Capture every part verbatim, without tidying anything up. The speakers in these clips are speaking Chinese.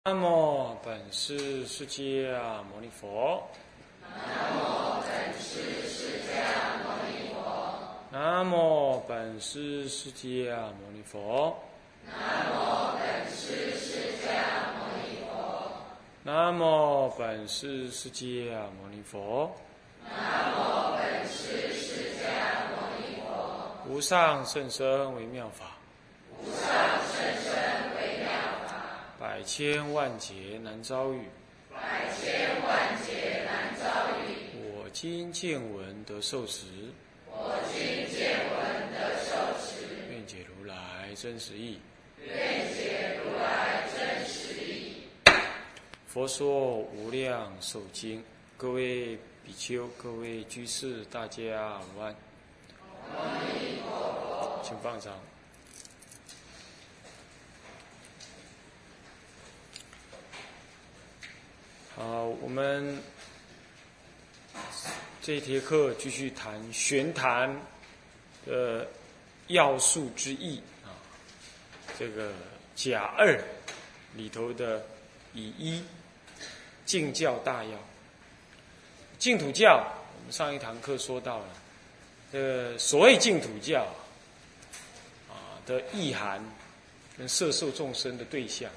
南无本师释迦牟尼佛。 南无本师释迦牟尼佛。 南无本师释迦牟尼佛。 南无本师释迦牟尼佛。 南无本师释迦牟尼佛。 南无本师释迦牟尼佛。 无上甚深微妙法， 无上甚深微妙法， 百千万劫难遭遇。 百千万劫难遭遇。 我今见闻得受持， 我今见闻得受持， 愿解如来真实义。 愿解如来真实义。 佛说无量寿经，各位比丘、各位居士，大家午安。 阿弥陀佛。 请放上。好，我们这一节课继续谈玄谈的要素之一啊，这个甲二里头的乙一净教大要。净土教，我们上一堂课说到了，呃，所谓净土教啊的意涵跟摄受众生的对象。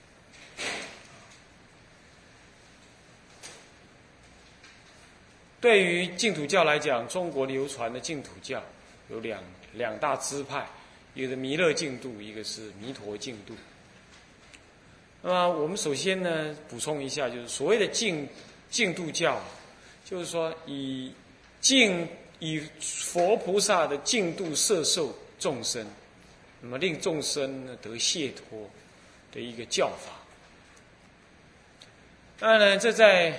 对于净土教来讲，中国流传的净土教有两两大支派，一个是弥勒净土，一个是弥陀净土。那么我们首先呢补充一下，就是所谓的净净土教，就是说以净以佛菩萨的净土摄受众生，那么令众生呢得解脱的一个教法。当然呢，这在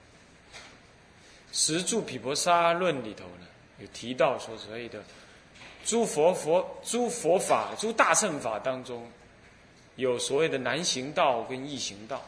十住毗婆沙论里头呢，有提到说所谓的诸佛佛诸佛法诸大乘法当中，有所谓的难行道跟易行道。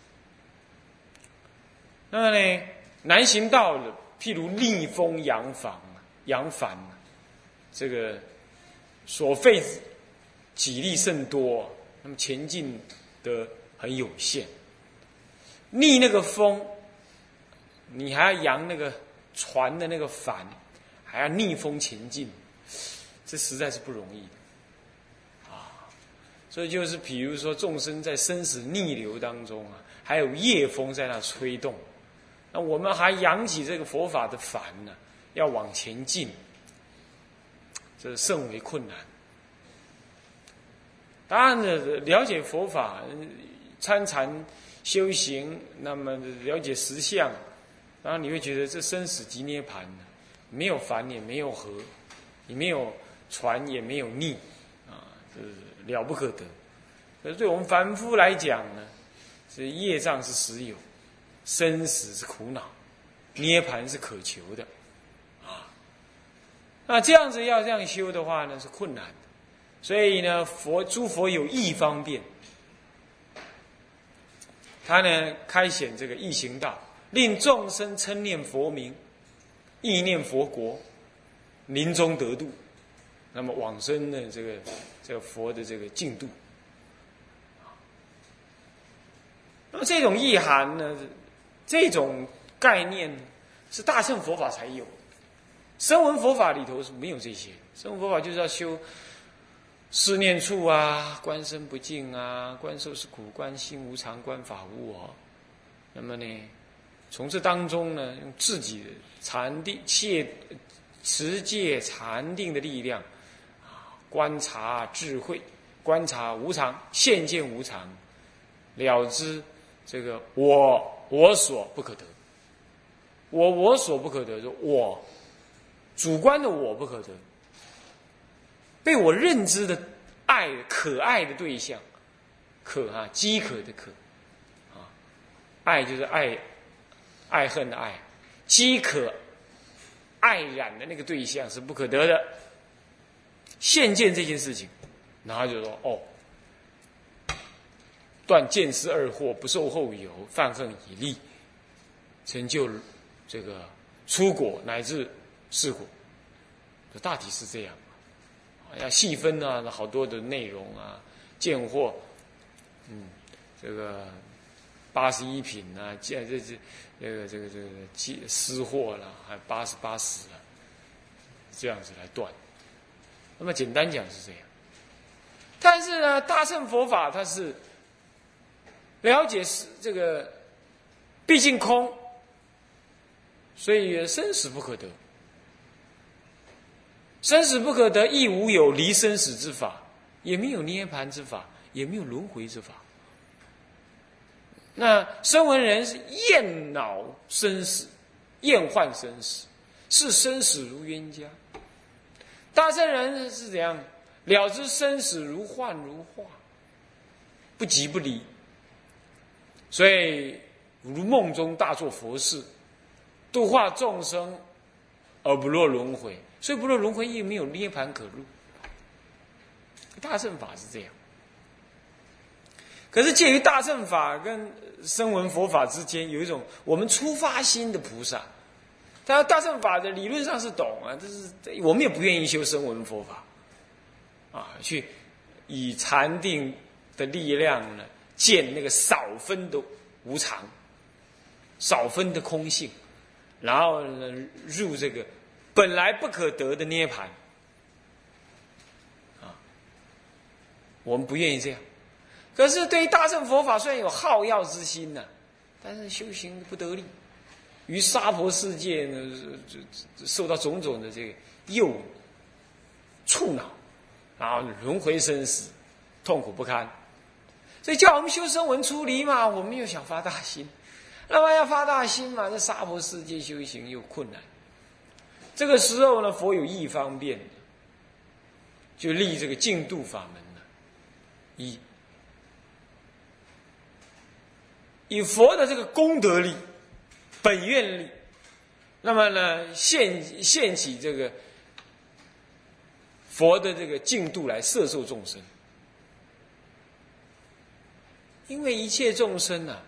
那么呢，难行道的，譬如逆风扬帆扬帆，这个所费己力甚多，那么前进的很有限。逆那个风，你还要扬那个船的那个帆，还要逆风前进，这实在是不容易的啊！所以就是比如说众生在生死逆流当中啊，还有夜风在那吹动，那我们还扬起这个佛法的帆呢，要往前进，这甚为困难。当然呢，了解佛法、参禅修行，那么了解实相，然后你会觉得这生死即涅槃，没有凡也没有合，你没有传也没有逆，啊，这是了不可得。可是对我们凡夫来讲呢，这业障是实有，生死是苦恼，涅槃是可求的，啊，那这样子要这样修的话呢，是困难的。所以呢，佛诸佛有义方便，他呢开显这个易行道，令众生称念佛名，意念佛国，临终得度，那么往生呢这个这个佛的这个净土。那么这种意涵呢，这种概念是大乘佛法才有的，声闻佛法里头是没有这些。声闻佛法就是要修思念处啊，观身不净啊，观受是苦，观心无常，观法无我。那么呢，从这当中呢，用自己的禅定、切持戒禅定的力量啊，观察智慧，观察无常，现见无常，了知这个我我所不可得，我我所不可得，就我主观的我不可得。被我认知的爱可爱的对象，可啊饥渴的渴啊，爱就是爱爱恨的爱，饥渴爱染的那个对象是不可得的。现见这件事情，然后就说哦，断见思二惑，不受后有，犯恨以立，成就这个出果乃至是果，这大体是这样。要细分啊，好多的内容啊，见惑，嗯，这个八十一品啊，这这这这个这个这个失货了，还八十八十了，这样子来断。那么简单讲是这样。但是呢，大乘佛法它是了解是这个毕竟空，所以生死不可得。生死不可得，亦无有离生死之法，也没有涅槃之法，也没有轮回之法。那声闻人是厌恼生死，厌患生死，视生死如冤家。大乘人是怎样？了知生死如幻如化，不即不离。所以如梦中大做佛事，度化众生而不落轮回。所以不落轮回亦没有涅槃可入。大乘法是这样。可是介于大乘法跟声闻佛法之间，有一种我们初发心的菩萨。当然大乘法的理论上是懂啊，但是我们也不愿意修声闻佛法啊，去以禅定的力量呢，见那个少分的无常，少分的空性，然后呢入这个本来不可得的涅槃啊，我们不愿意这样。可是对于大乘佛法，虽然有好要之心呢、啊，但是修行不得力，于娑婆世界呢，受到种种的这个诱触恼，然后轮回生死，痛苦不堪。所以叫我们修声闻出离嘛，我们又想发大心，那么要发大心嘛，在娑婆世界修行又困难。这个时候呢，佛有一方便，就立这个净土法门了。一以佛的这个功德力、本愿力，那么呢，现现起这个佛的这个净土来摄受众生。因为一切众生啊，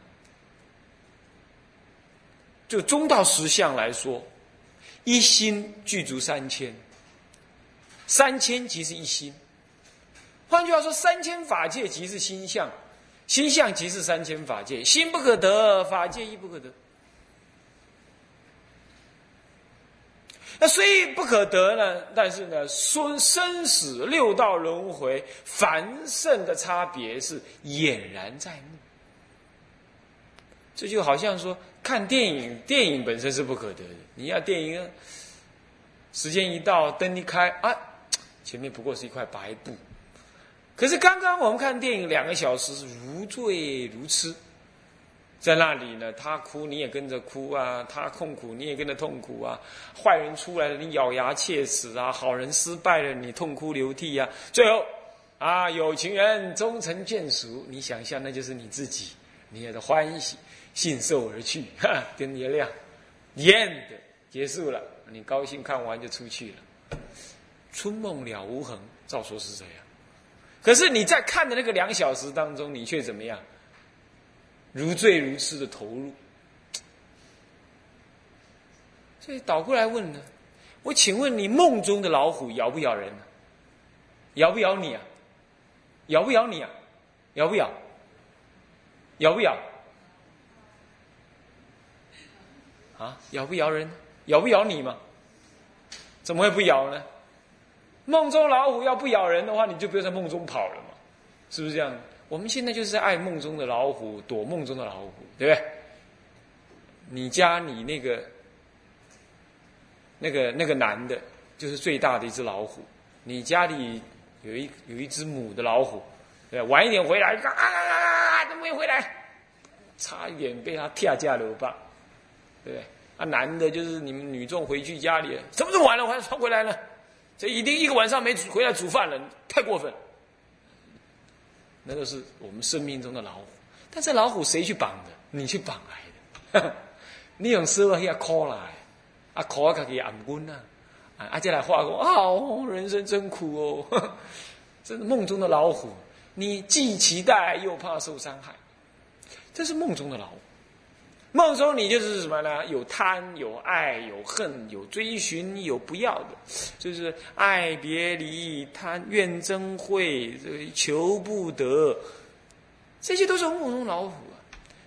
就中道实相来说，一心具足三千，三千即是一心。换句话说，三千法界即是心相，心相即是三千法界，心不可得，法界亦不可得。那虽不可得呢，但是呢，生生死六道轮回凡圣的差别是俨然在目。这就好像说看电影，电影本身是不可得的。你要电影时间一到，灯一开啊，前面不过是一块白布。可是刚刚我们看电影两个小时是如醉如痴，在那里呢，他哭你也跟着哭啊，他痛苦你也跟着痛苦啊，坏人出来了你咬牙切齿啊，好人失败了你痛哭流涕啊，最后啊有情人终成眷属，你想象那就是你自己，你也是欢喜信受而去，哈，灯一亮 ，end 结束了，你高兴看完就出去了，春梦了无痕，照说是这样。可是你在看的那个两小时当中，你却怎么样？如醉如痴的投入。所以倒过来问呢，我请问你，梦中的老虎咬不咬人呢？咬不咬你啊？咬不咬你啊？咬不咬？咬不咬？啊？咬不咬人？咬不咬你吗？怎么会不咬呢？梦中老虎要不咬人的话，你就不要在梦中跑了嘛，是不是这样？我们现在就是在爱梦中的老虎，躲梦中的老虎，对不对？你家你那个那个那个男的，就是最大的一只老虎。你家里有一有一只母的老虎，对吧？晚一点回来，啊啊啊啊，都没回来，差一点被他跳架了吧，对不对？啊，男的就是你们女众回去家里，怎么这么晚了，还才回来了？这一定一个晚上没回来煮饭了，太过分。那都是我们生命中的老虎，但这老虎谁去绑的？你去绑来的。你用手啊，抠来，啊抠啊，自己按棍啊，啊，再来画个哦，人生真苦哦，这是梦中的老虎，你既期待又怕受伤害，这是梦中的老虎。梦中你就是什么呢？有贪，有爱，有恨，有追寻，有不要的，就是爱别离、贪怨憎会、求不得，这些都是梦中老虎啊。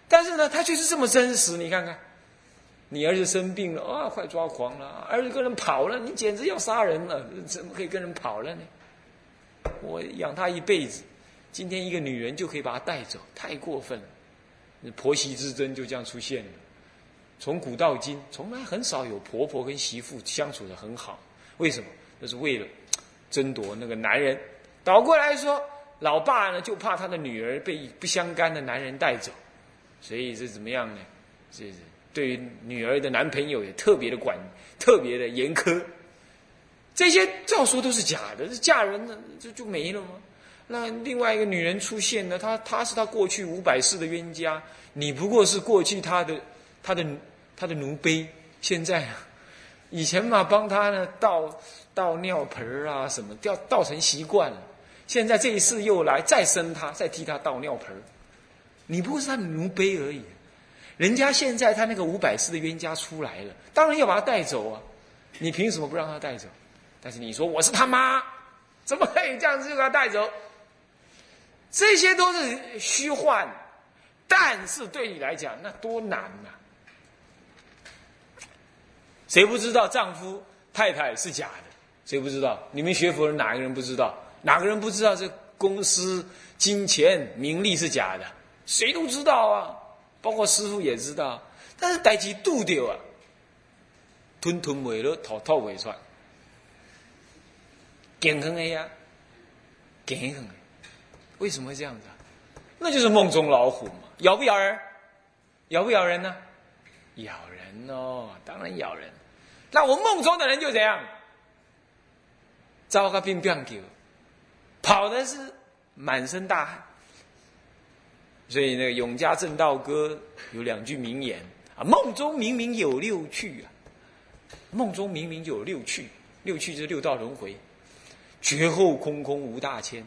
但是呢，他却是这么真实。你看看，你儿子生病了啊，快抓狂了，儿子跟人跑了，你简直要杀人了，怎么可以跟人跑了呢？我养他一辈子，今天一个女人就可以把他带走，太过分了。婆媳之争就这样出现了。从古到今，从来很少有婆婆跟媳妇相处得很好。为什么？那是为了争夺那个男人。倒过来说，老爸呢就怕他的女儿被不相干的男人带走，所以是怎么样呢？是对于女儿的男朋友也特别的管，特别的严苛。这些照说都是假的，嫁人呢就就没了吗？那另外一个女人出现呢，她她是她过去五百世的冤家，你不过是过去她的她的她的奴婢。现在啊，以前嘛帮她呢倒倒尿盆啊什么，倒倒成习惯了。现在这一世又来再生她，再替她倒尿盆，你不过是她的奴婢而已。人家现在他那个五百世的冤家出来了，当然要把他带走啊！你凭什么不让他带走？但是你说我是他妈，怎么可以这样子就给他带走？这些都是虚幻，但是对你来讲那多难啊！谁不知道丈夫太太是假的？谁不知道？你们学佛人哪一个人不知道？哪个人不知道这公司、金钱、名利是假的？谁都知道啊！包括师父也知道，但是代志拄掉啊，吞吞袂落，吐吐袂出来，健康的呀，健康的，为什么会这样子啊？那就是梦中老虎嘛，咬不咬人？咬不咬人呢？咬人哦，当然咬人。那我梦中的人就怎样？糟个病病叫，跑的是满身大汗。所以那个永嘉正道歌有两句名言啊，梦中明明有六趣啊，梦中明明就有六趣，六趣就是六道轮回，绝后空空无大千。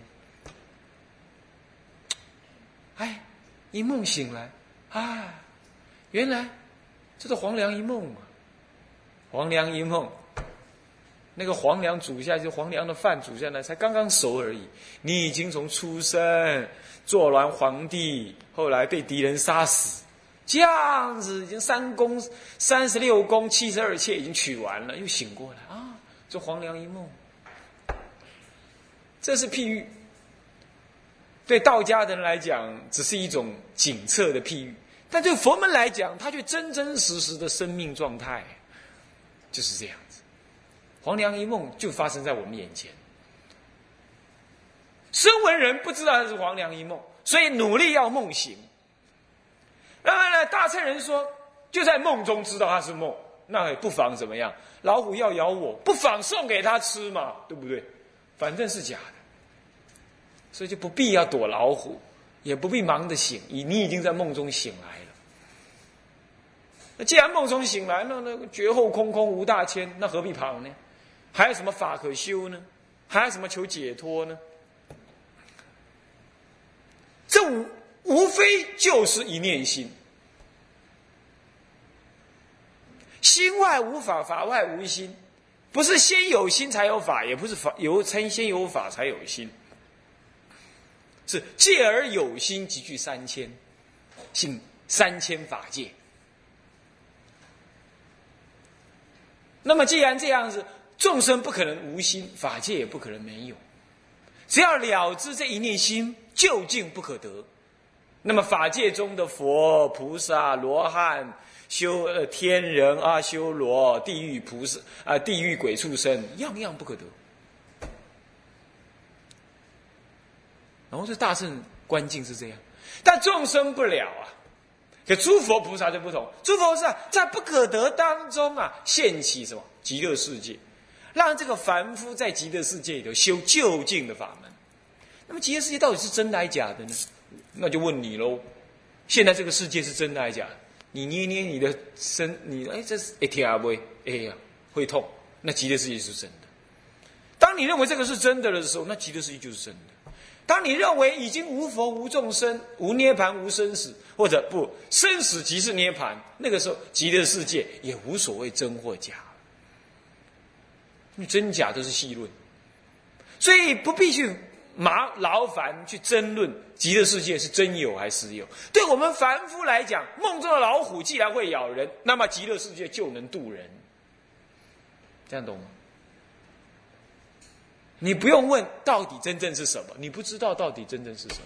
哎，一梦醒来，啊，原来这是黄粱一梦啊，黄粱一梦。那个黄粱煮下去，黄粱的饭煮下来才刚刚熟而已，你已经从出生做完皇帝，后来被敌人杀死，这样子已经三宫三十六宫七十二妾已经娶完了，又醒过来啊，这黄粱一梦，这是譬喻。对道家的人来讲，只是一种景色的譬喻，但对佛门来讲，它却真真实实的生命状态，就是这样子。黄粱一梦就发生在我们眼前，声闻人不知道它是黄粱一梦，所以努力要梦醒。那么呢，大乘人说就在梦中知道它是梦，那也不妨怎么样？老虎要咬我，不妨送给他吃嘛，对不对？反正是假的，所以就不必要躲老虎，也不必忙着醒，你已经在梦中醒来了。那既然梦中醒来，那那个绝后空空无大千，那何必跑呢？还有什么法可修呢？还有什么求解脱呢？这无无非就是一念心，心外无法，法外无心，不是先有心才有法，也不是法有先先有法才有心，是戒而有心，即具三千，性三千法界。那么既然这样子，众生不可能无心，法界也不可能没有。只要了知这一念心究竟不可得，那么法界中的佛、菩萨、罗汉、修呃天人、阿修罗、地狱菩萨啊、呃、地狱鬼畜生，样样不可得。然后这大乘观境是这样，但众生不了啊。可诸佛菩萨就不同，诸佛菩萨在不可得当中啊，现起什么极乐世界，让这个凡夫在极乐世界里头修究竟的法门。那么极乐世界到底是真的还是假的呢？那就问你喽，现在这个世界是真的还是假的？你捏捏你的身，你哎这是哎天啊不会哎呀会痛，那极乐世界是真的。当你认为这个是真的的时候，那极乐世界就是真的。当你认为已经无佛无众生无涅槃无生死，或者不生死即是涅槃，那个时候极乐世界也无所谓真或假，因为真假都是戏论，所以不必去麻劳烦去争论极乐世界是真有还是实有。对我们凡夫来讲，梦中的老虎既然会咬人，那么极乐世界就能渡人。这样懂吗？你不用问到底真正是什么，你不知道到底真正是什么。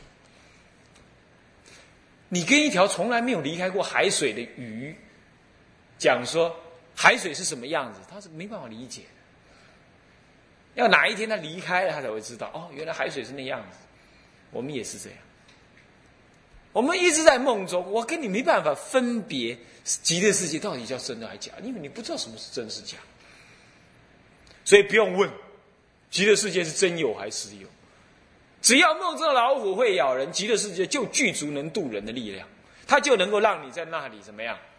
你跟一条从来没有离开过海水的鱼讲说海水是什么样子，他是没办法理解的。要哪一天他离开了，他才会知道哦，原来海水是那样子。我们也是这样，我们一直在梦中，我跟你没办法分别极乐世界到底叫真的还假，因为你不知道什么是真是假。所以不用问极乐世界是真有还是实有，只要梦中的老虎会咬人，极乐世界就具足能渡人的力量，它就能够让你在那里怎么样？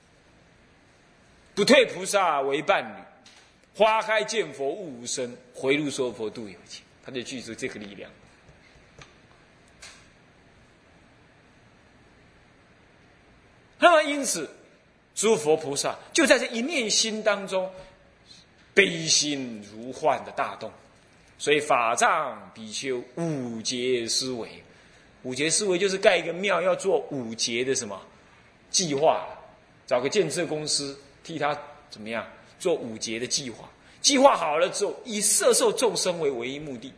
不退菩萨为伴侣，花开见佛悟无生，回路说佛度有情，它就具足这个力量。那么因此，诸佛菩萨就在这一念心当中，悲心如幻的大动。所以法藏比丘五劫思维，五劫思维就是盖一个庙要做五劫的什么计划，找个建设公司替他怎么样做五劫的计划，计划好了之后，以摄受众生为唯一目的。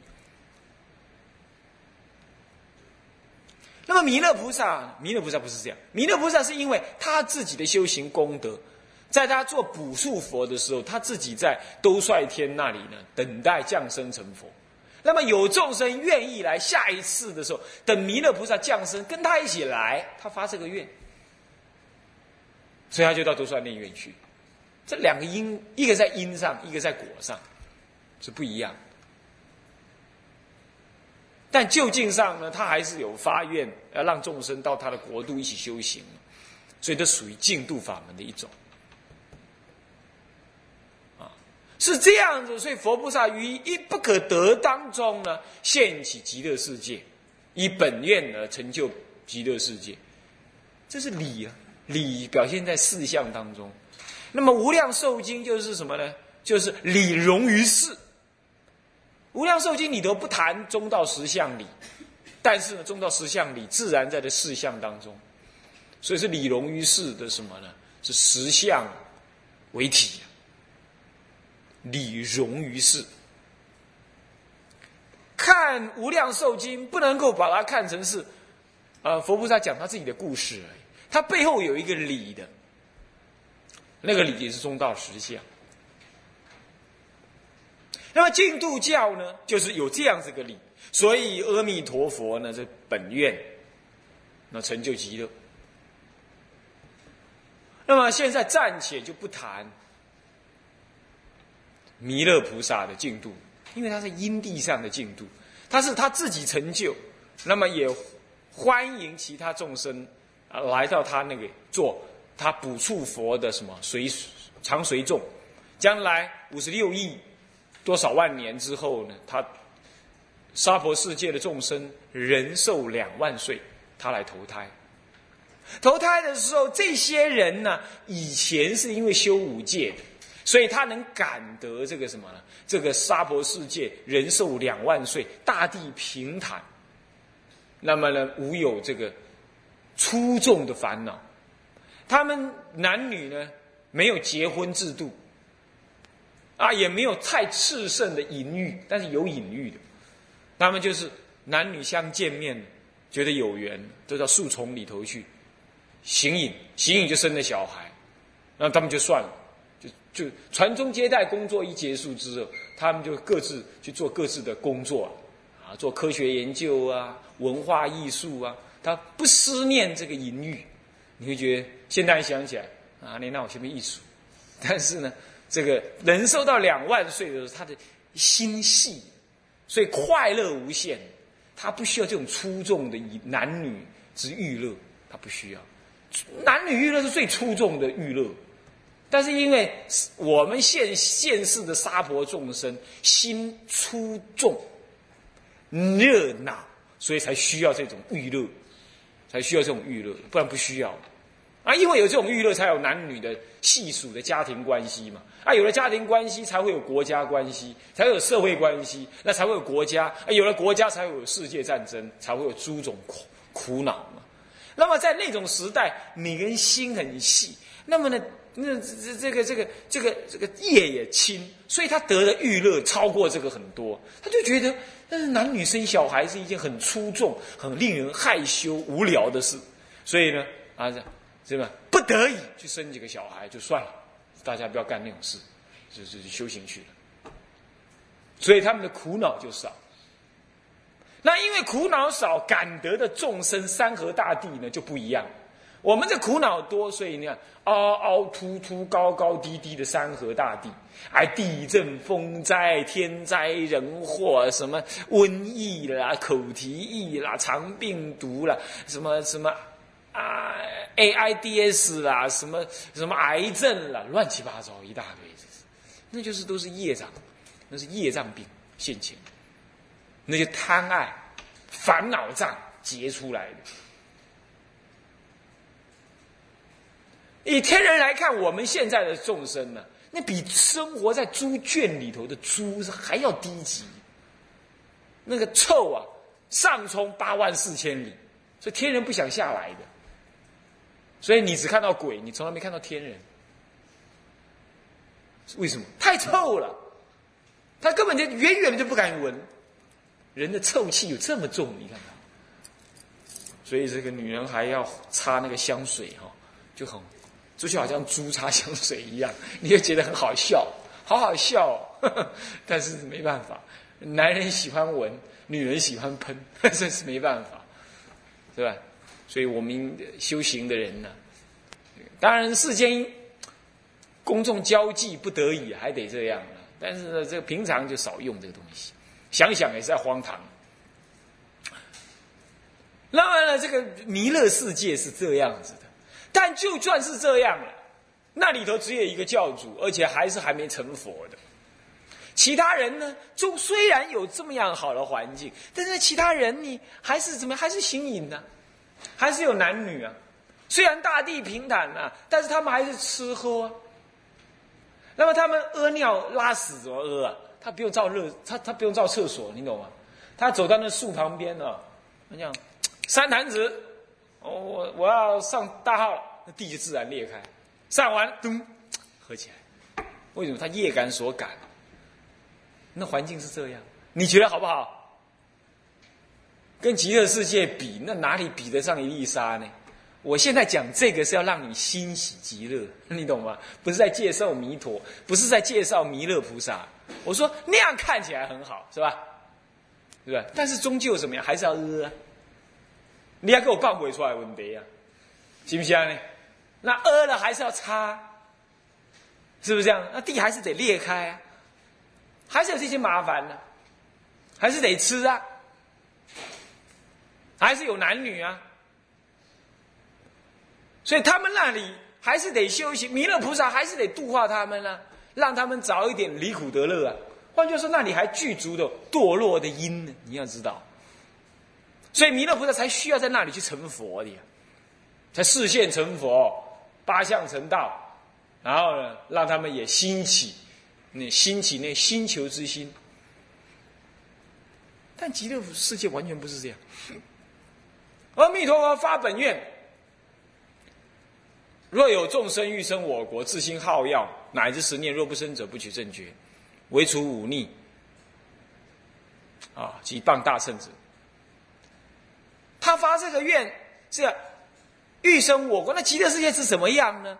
那么弥勒菩萨，弥勒菩萨不是这样，弥勒菩萨是因为他自己的修行功德，在他做补处佛的时候，他自己在兜率天那里呢，等待降生成佛。那么有众生愿意来，下一次的时候，等弥勒菩萨降生，跟他一起来，他发这个愿，所以他就到兜率内院去。这两个因，一个在因上，一个在果上，是不一样的。但究竟上呢，他还是有发愿，要让众生到他的国度一起修行，所以这属于净度法门的一种。是这样子，所以佛菩萨于一不可得当中呢，现起极乐世界，以本愿而成就极乐世界。这是理啊，理表现在四项当中。那么无量寿经就是什么呢？就是理融于事。无量寿经里头不谈中道实相理，但是呢，中道实相理自然在这四项当中，所以是理融于事的什么呢？是实相为体。理融于事，看无量寿经不能够把它看成是，呃，佛菩萨讲他自己的故事而已，它背后有一个理的，那个理也是中道实相。那么净土教呢，就是有这样子个理，所以阿弥陀佛呢，这本愿，那成就极乐。那么现在暂且就不谈弥勒菩萨的净土，因为他是因地上的净土，他是他自己成就，那么也欢迎其他众生啊来到他那个做他补处佛的什么随常随众，将来五十六亿多少万年之后呢，他娑婆世界的众生人寿两万岁，他来投胎。投胎的时候，这些人呢，以前是因为修五戒的。所以他能感得这个什么呢？这个娑婆世界人寿两万岁，大地平坦，那么呢，无有这个粗重的烦恼。他们男女呢，没有结婚制度，啊，也没有太炽盛的淫欲，但是有隐喻的。他们就是男女相见面，觉得有缘，都到树丛里头去行淫，行淫就生了小孩，那他们就算了。就传宗接代工作一结束之后，他们就各自去做各自的工作啊，做科学研究啊，文化艺术啊，他不思念这个淫欲。你会觉得现在想起来啊，你那我前面艺术，但是呢，这个人寿到两万岁的时候，他的心细，所以快乐无限，他不需要这种粗重的男女之娱乐，他不需要。男女娱乐是最粗重的娱乐。但是因为我们现现世的娑婆众生心粗重、热闹，所以才需要这种娱乐，才需要这种娱乐，不然不需要。 啊，因为有这种娱乐，才有男女的细数的家庭关系嘛。啊，有了家庭关系，才会有国家关系，才会有社会关系，那才会有国家。啊，有了国家，才会有世界战争，才会有诸种苦苦恼嘛。那么在那种时代，每个人心很细，那么呢，那这这个这个这个这个业也轻，所以他得的娱乐超过这个很多，他就觉得，但是男女生小孩是一件很粗重、很令人害羞、无聊的事，所以呢，啊，是吧？不得已去生几个小孩就算了，大家不要干那种事，就是修行去了。所以他们的苦恼就少。那因为苦恼少，感得的众生山河大地呢就不一样。我们这苦恼多，所以你看凹凹凸凸、高高低低的山河大地，还地震、风灾、天灾人祸，什么瘟疫啦、口蹄疫啦、肠病毒啦，什么什么啊 A I D S 啦，什么什么癌症啦，乱七八糟一大堆，那就是都是业障，那是业障病现前。那些贪爱、烦恼障结出来的。以天人来看，我们现在的众生呢，那比生活在猪圈里头的猪还要低级。那个臭啊，上冲八万四千里，所以天人不想下来的。所以你只看到鬼，你从来没看到天人。为什么？太臭了，他根本就远远的就不敢闻。人的臭气有这么重，你看看，所以这个女人还要擦那个香水哈，就很，就好像猪擦香水一样，你就觉得很好笑，好好笑哦，呵呵，但是没办法，男人喜欢闻，女人喜欢喷，这是没办法，是吧？所以我们修行的人呢，当然世间公众交际不得已还得这样了，但是呢，这个平常就少用这个东西。想想也是在荒唐。那么呢，这个弥勒世界是这样子的，但就算是这样了，那里头只有一个教主，而且还是还没成佛的。其他人呢，就虽然有这么样好的环境，但是其他人你还是怎么还是行淫呢、啊，还是有男女啊。虽然大地平坦啊，但是他们还是吃喝、啊。那么他们屙尿拉屎怎么屙啊？他不用照热，他他不用照厕所，你懂吗？他走到那树旁边呢、啊，他讲三坛子，哦、我我要上大号了，那地就自然裂开，上完咚合起来。为什么？他业感所感，那环境是这样，你觉得好不好？跟极乐世界比，那哪里比得上一粒沙呢？我现在讲这个是要让你欣喜极乐，你懂吗？不是在介绍弥陀，不是在介绍弥勒菩萨。我说那样看起来很好，是吧？对吧？但是终究怎么样，还是要呃、啊。你要给我放回出来问题啊，行不行呢？那呃了还是要擦，是不是这样？那地还是得裂开啊，还是有这些麻烦呢、啊，还是得吃啊，还是有男女啊。所以他们那里还是得修行，弥勒菩萨还是得度化他们啊，让他们早一点离苦得乐啊。换句话说，那里还具足的堕落的因呢，你要知道。所以弥勒菩萨才需要在那里去成佛的呀，才示现成佛，八相成道，然后呢，让他们也兴起，那兴起那星球之心。但极乐世界完全不是这样。阿弥陀佛发本愿。若有众生欲生我国，自心好药，乃至十念，若不生者，不取正觉，唯除忤逆，啊，即谤大乘者。他发这个愿是要欲生我国，那极乐世界是怎么样呢？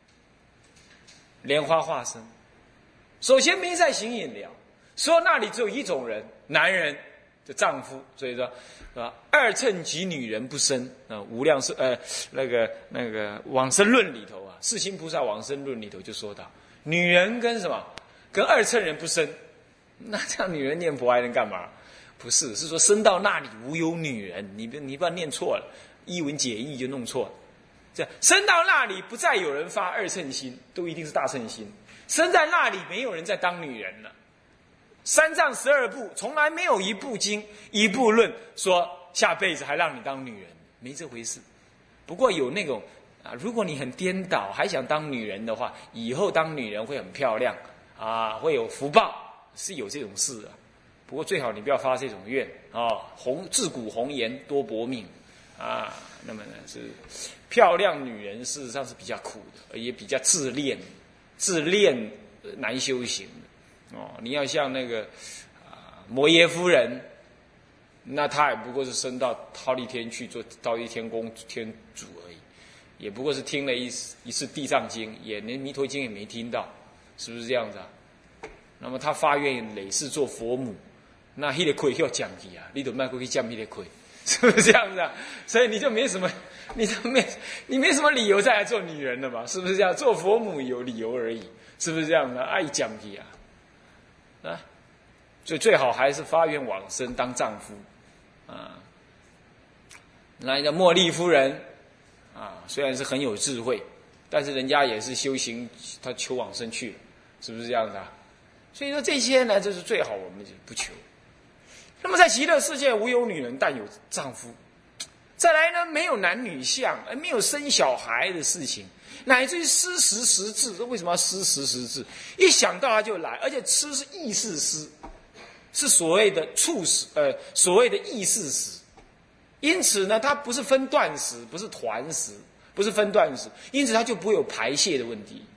莲花化身，首先没在行饮疗，说那里只有一种人，男人的丈夫，所以说。啊，二乘及女人不生啊，无量是呃那个那个往生论里头啊，世亲菩萨往生论里头就说到，女人跟什么跟二乘人不生，那这样女人念佛还能干嘛？不是，是说生到那里无有女人，你不你不要念错了，一文解义就弄错了。这样生到那里不再有人发二乘心，都一定是大乘心。生在那里没有人再当女人了。三藏十二部从来没有一部经一部论说下辈子还让你当女人，没这回事。不过有那种啊，如果你很颠倒，还想当女人的话，以后当女人会很漂亮啊，会有福报，是有这种事啊。不过最好你不要发这种愿啊，红自古红颜多薄命啊。那么呢，是漂亮女人事实上是比较苦的，也比较自恋，自恋难修行的哦。你要像那个啊摩耶夫人，那她也不过是升到忉利天去做忉利天宫天主而已，也不过是听了一一次地藏经，也连弥陀经也没听到，是不是这样子啊？那么她发愿累世做佛母，那那个亏要降去啊，你都卖过去降那个亏。是不是这样子啊？所以你就没什么，你就没你没什么理由再来做女人了嘛？是不是这样？做佛母有理由而已，是不是这样的？爱讲皮啊，啊，所以最好还是发愿往生当丈夫啊。那一个茉莉夫人啊，虽然是很有智慧，但是人家也是修行，她求往生去了，是不是这样子啊？所以说这些呢，这是最好我们就不求。那么在极乐世界无有女人，但有丈夫。再来呢，没有男女相，没有生小孩的事情，乃至于失时食至。为什么要失时食至？一想到他就来，而且吃是意识失，是所谓的处食，呃，所谓的意识食。因此呢，它不是分段食，不是团食，不是分段食，因此它就不会有排泄的问题。